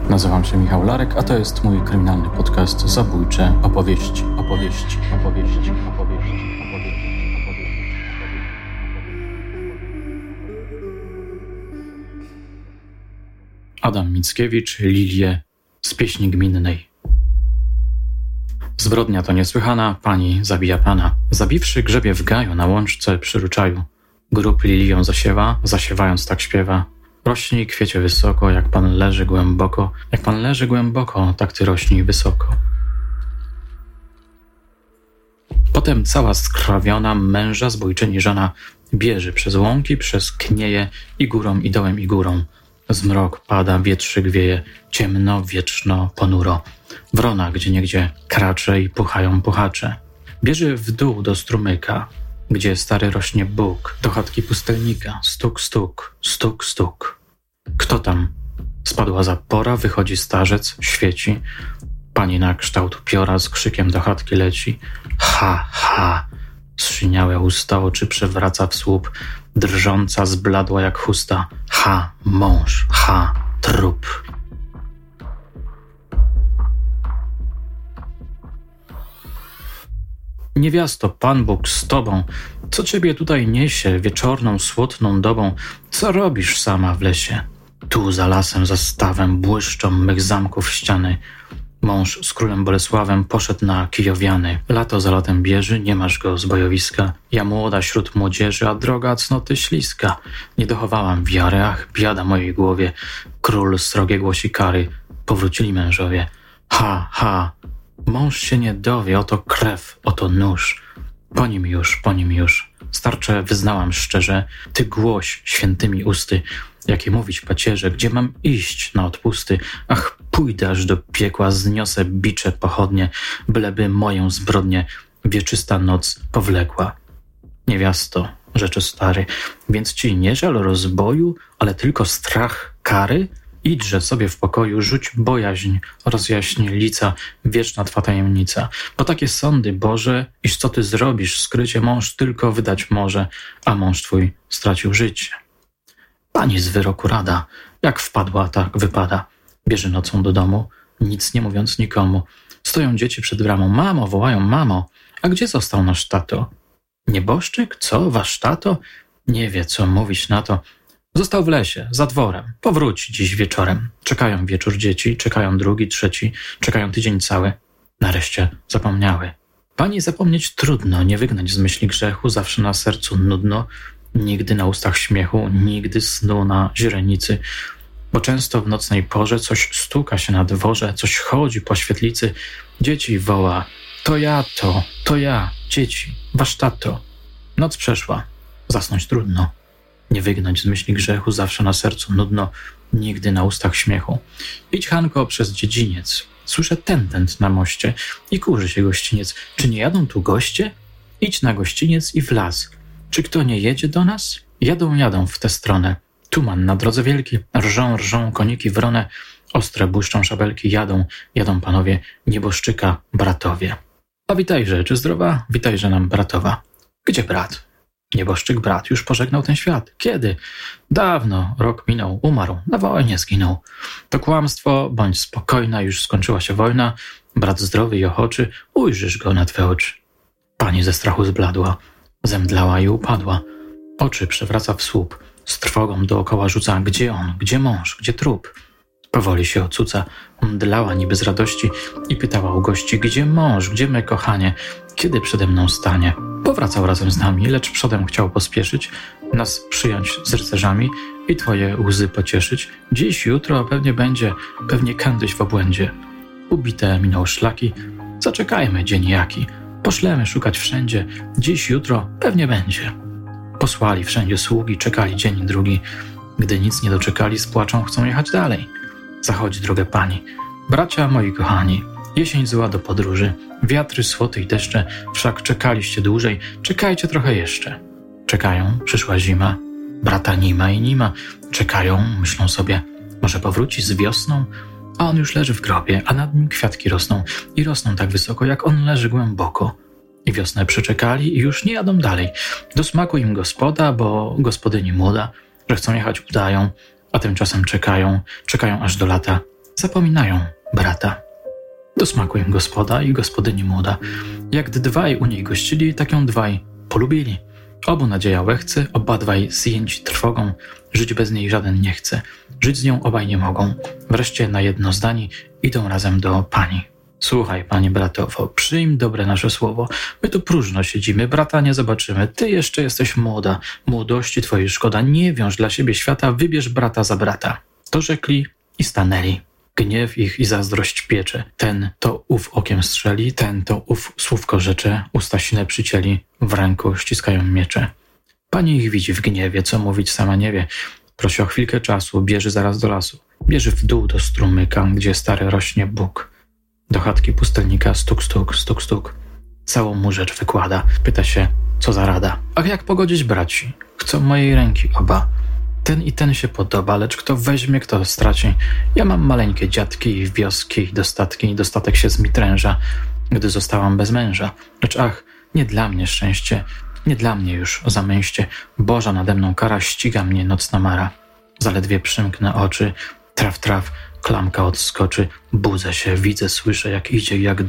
Nazywam się Michał Larek, a to jest mój kryminalny podcast Zabójcze opowieści. Adam Mickiewicz, Lilie z pieśni gminnej. Zbrodnia to niesłychana, pani zabija pana. Zabiwszy grzebie w gaju na łączce przy ruczaju. Grób lilią zasiewa, zasiewając tak śpiewa. Rośnij, kwiecie wysoko, jak pan leży głęboko. Jak pan leży głęboko, tak ty rośnij wysoko. Potem cała skrawiona męża zbójczyni żona bierze przez łąki, przez knieje i górą, i dołem, i górą. Zmrok pada, wietrzyk wieje, ciemno, wieczno, ponuro. Wrona gdzieniegdzie kracze i puchają puchacze. Bierze w dół do strumyka, gdzie stary rośnie Bóg, do chatki pustelnika. Stuk, stuk, stuk, stuk. Kto tam? Spadła zapora, wychodzi starzec, świeci. Pani na kształt piora z krzykiem do chatki leci. Ha, ha! Zsiniałe usta, oczy przewraca w słup. Drżąca, zbladła jak chusta. Ha, mąż, ha, trup. Niewiasto, Pan Bóg z tobą, co ciebie tutaj niesie wieczorną, słotną dobą? Co robisz sama w lesie? Tu za lasem, za stawem błyszczą mych zamków ściany. Mąż z królem Bolesławem poszedł na Kijowiany. Lato za latem bieży, nie masz go z bojowiska. Ja młoda wśród młodzieży, a droga cnoty śliska. Nie dochowałam wiary, ach, biada mojej głowie. Król srogie głosi kary, powrócili mężowie. Ha, ha! Mąż się nie dowie, oto krew, oto nóż. Po nim już. Starcze wyznałam szczerze, ty głoś świętymi usty, jakie mówić pacierze, gdzie mam iść na odpusty. Ach, pójdę aż do piekła, zniosę bicze pochodnie, byleby moją zbrodnię wieczysta noc powlekła. Niewiasto, rzeczy stary, więc ci nie żal rozboju, ale tylko strach kary? Idźże sobie w pokoju, rzuć bojaźń, rozjaśnij lica, wieczna twa tajemnica. Bo takie sądy Boże, iż co ty zrobisz, skrycie mąż tylko wydać może, a mąż twój stracił życie. Pani z wyroku rada, jak wpadła, tak wypada. Bierze nocą do domu, nic nie mówiąc nikomu. Stoją dzieci przed bramą, mamo, wołają, mamo, a gdzie został nasz tato? Nieboszczyk? Co, wasz tato? Nie wie, co mówić na to. Został w lesie, za dworem. Powróci dziś wieczorem. Czekają wieczór dzieci, czekają drugi, trzeci, czekają tydzień cały. Nareszcie zapomniały. Pani zapomnieć trudno, nie wygnać z myśli grzechu, zawsze na sercu nudno, nigdy na ustach śmiechu, nigdy snu na źrenicy, bo często w nocnej porze coś stuka się na dworze, coś chodzi po świetlicy. Dzieci woła, to ja, dzieci, wasz tato. Noc przeszła, zasnąć trudno. Nie wygnać z myśli grzechu, zawsze na sercu nudno, nigdy na ustach śmiechu. Idź, Hanko, przez dziedziniec. Słyszę tentent na moście i kurzy się gościniec. Czy nie jadą tu goście? Idź na gościniec i w las. Czy kto nie jedzie do nas? Jadą w tę stronę. Tuman na drodze wielki, rżą koniki wrone, ostre błyszczą szabelki, jadą panowie, nieboszczyka bratowie. A witajże, czy zdrowa? Witajże nam bratowa. Gdzie brat? Nieboszczyk brat już pożegnał ten świat. Kiedy? Dawno, rok minął, umarł, na wojnie zginął. To kłamstwo, bądź spokojna, już skończyła się wojna. Brat zdrowy i ochoczy, ujrzysz go na twe oczy. Pani ze strachu zbladła, zemdlała i upadła. Oczy przewraca w słup, z trwogą dookoła rzuca. Gdzie on? Gdzie mąż? Gdzie trup? Powoli się ocuca, mdlała niby z radości i pytała u gości, gdzie mąż, gdzie my kochanie, kiedy przede mną stanie? Powracał razem z nami, lecz przodem chciał pospieszyć, nas przyjąć z rycerzami i twoje łzy pocieszyć. Dziś, jutro pewnie będzie, pewnie kędyś w obłędzie. Ubite minął szlaki, zaczekajmy dzień jaki, poszlemy szukać wszędzie, dziś, jutro pewnie będzie. Posłali wszędzie sługi, czekali dzień drugi, gdy nic nie doczekali, z płaczą chcą jechać dalej. Zachodzi drogę pani, bracia moi kochani, jesień zła do podróży, wiatry, słoty i deszcze, wszak czekaliście dłużej, czekajcie trochę jeszcze. Czekają, przyszła zima, brata nie ma, czekają, myślą sobie, może powróci z wiosną, a on już leży w grobie, a nad nim kwiatki rosną i rosną tak wysoko, jak on leży głęboko. I wiosnę przeczekali i już nie jadą dalej. Do smaku im gospoda, bo gospodyni młoda, że chcą jechać udają, a tymczasem czekają aż do lata. zapominają brata. Do smaku im gospoda i gospodyni młoda. Jak dwaj u niej gościli, tak ją dwaj polubili. Obu nadzieja łechce, obadwaj zjęci trwogą. Żyć bez niej żaden nie chce, żyć z nią obaj nie mogą. Wreszcie na jedno zdani idą razem do pani. Słuchaj, panie bratowo, przyjm dobre nasze słowo. My tu próżno siedzimy, brata nie zobaczymy. Ty jeszcze jesteś młoda, młodości twojej szkoda. Nie wiąż dla siebie świata, wybierz brata za brata. To rzekli i stanęli. Gniew ich i zazdrość piecze. Ten to ów okiem strzeli, ten to ów słówko rzecze. Usta sine przycięli, w ręku ściskają miecze. Pani ich widzi w gniewie, co mówić sama nie wie. Prosi o chwilkę czasu, bierze zaraz do lasu. Bierze w dół do strumyka, gdzie stary rośnie bóg. Do chatki pustelnika stuk, stuk, stuk, stuk. Całą mu rzecz wykłada. Pyta się, co za rada. Ach, jak pogodzić braci? Chcą mojej ręki oba. Ten i ten się podoba, lecz kto weźmie, kto straci. Ja mam maleńkie dziadki i wioski i dostatki, i dostatek się zmitręża, gdy zostałam bez męża. Lecz ach, nie dla mnie szczęście, nie dla mnie już zamęście. Boża nade mną kara, ściga mnie nocna mara. Zaledwie przymknę oczy, traf, traf, klamka odskoczy. Budzę się, widzę, słyszę, jak idzie, jak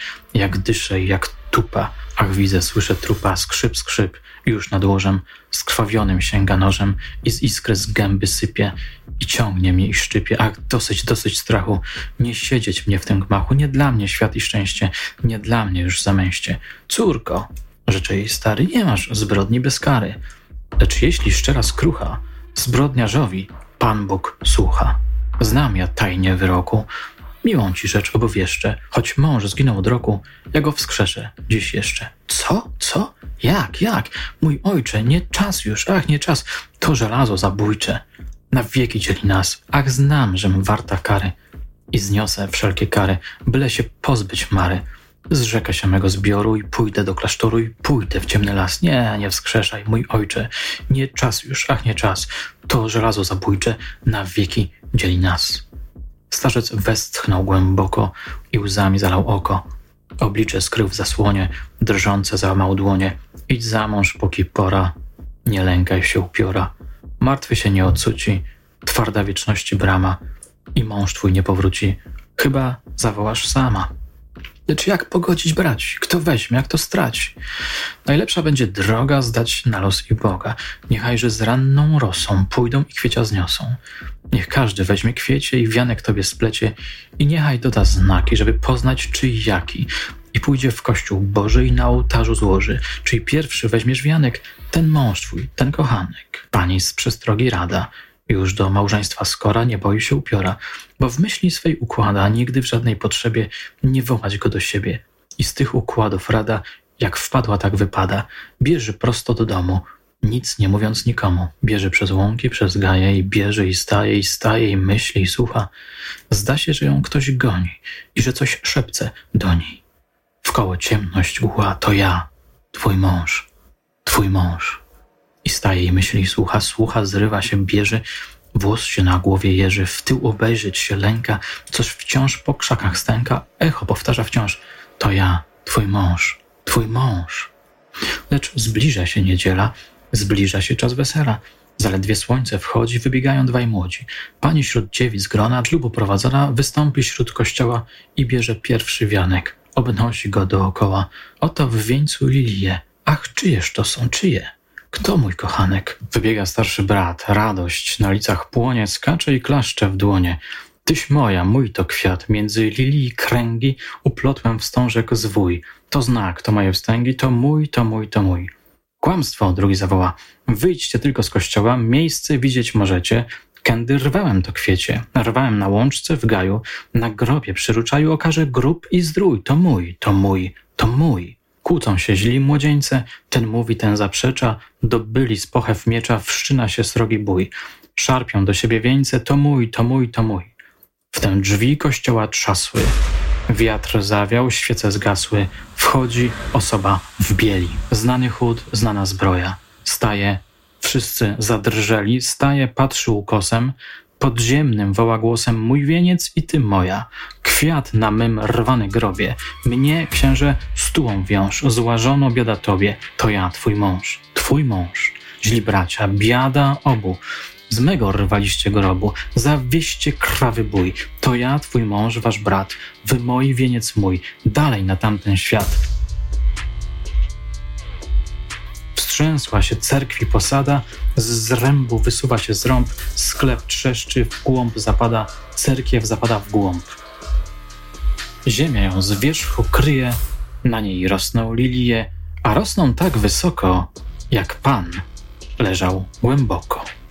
dyszę i jak tupa. Ach, widzę, słyszę trupa, skrzyp, skrzyp. Już nad łożem skrwawionym sięga nożem i z iskry z gęby sypie i ciągnie mnie i szczypie. Ach, dosyć, dosyć strachu. Nie siedzieć mnie w tym gmachu. Nie dla mnie świat i szczęście. Nie dla mnie już zamęście. Córko, rzecze jej stary, nie masz zbrodni bez kary. Lecz jeśli szczera skrucha, zbrodniarzowi Pan Bóg słucha. Znam ja tajnie wyroku, miłą ci rzecz obowieszczę, choć mąż zginął od roku, ja go wskrzeszę dziś jeszcze. Co? Co? Jak? Mój ojcze, nie czas już, ach, nie czas. To żelazo zabójcze na wieki dzieli nas. Ach, znam, żem warta kary i zniosę wszelkie kary, byle się pozbyć mary. Zrzekę się mego zbioru i pójdę do klasztoru i pójdę w ciemny las. Nie wskrzeszaj, mój ojcze, nie czas już, ach, nie czas. To żelazo zabójcze na wieki dzieli nas. Starzec westchnął głęboko i łzami zalał oko. Oblicze skrył w zasłonie, drżące załamał dłonie. Idź za mąż, póki pora, nie lękaj się upiora. Martwy się nie odsuci, twarda wieczności brama i mąż twój nie powróci, chyba zawołasz sama. Lecz jak pogodzić braci? Kto weźmie, jak to straci? Najlepsza będzie droga zdać na los i Boga. Niechajże z ranną rosą pójdą i kwiecia zniosą. Niech każdy weźmie kwiecie i wianek tobie splecie i niechaj doda znaki, żeby poznać czyj jaki. I pójdzie w kościół Boży i na ołtarzu złoży. Czyj pierwszy weźmiesz wianek, ten mąż twój, ten kochanek. Pani z przestrogi rada. Już do małżeństwa skora, nie boi się upiora, bo w myśli swej układa, nigdy w żadnej potrzebie nie wołać go do siebie. I z tych układów rada, jak wpadła, tak wypada. Bierze prosto do domu, nic nie mówiąc nikomu. Bierze przez łąki, przez gaje i bierze i staje i myśli i słucha. Zda się, że ją ktoś goni i że coś szepce do niej. Wkoło ciemność ucha, to ja, twój mąż, twój mąż. I staje i myśli i słucha, zrywa się, bierze, włos się na głowie jeży, w tył obejrzeć się lęka, coś wciąż po krzakach stęka, echo powtarza wciąż, to ja, twój mąż, twój mąż. Lecz zbliża się niedziela, zbliża się czas wesela, zaledwie słońce wchodzi, wybiegają dwaj młodzi. Pani wśród dziewic grona, ślubu prowadzona, wystąpi śród kościoła i bierze pierwszy wianek, obnosi go dookoła. Oto w wieńcu lilie, ach, czyjeż to są, czyje? Kto mój kochanek? Wybiega starszy brat, radość na licach płonie, skacze i klaszcze w dłonie. Tyś moja, mój to kwiat, między lilii i kręgi uplotłem wstążek zwój. To znak, to moje wstęgi, to mój, to mój, to mój. Kłamstwo, drugi zawoła. Wyjdźcie tylko z kościoła, miejsce widzieć możecie. Kędy rwałem to kwiecie, rwałem na łączce w gaju, na grobie przy ruczaju okaże grób i zdrój. To mój, to mój, to mój. Kłócą się źli młodzieńce, ten mówi, ten zaprzecza, dobyli z pochew miecza, wszczyna się srogi bój. Szarpią do siebie wieńce, to mój, to mój, to mój. Wtem drzwi kościoła trzasły, wiatr zawiał, świece zgasły, wchodzi osoba w bieli. Znany chód, znana zbroja. Staje, wszyscy zadrżeli, staje, patrzy ukosem, podziemnym woła głosem, mój wieniec i ty moja. Kwiat na mym rwany grobie, mnie, księże, stułą wiąż, zła żono, biada tobie, to ja, twój mąż, twój mąż. Źli bracia, biada obu, z mego rwaliście grobu, zawieście krwawy bój. To ja, twój mąż, wasz brat, wy moi, wieniec mój, dalej na tamten świat. Wstrzęsła się cerkwi posada, z zrębu wysuwa się zrąb, sklep trzeszczy, w głąb zapada, cerkiew zapada w głąb. Ziemia ją z wierzchu kryje, na niej rosną lilie, a rosną tak wysoko, jak Pan leżał głęboko.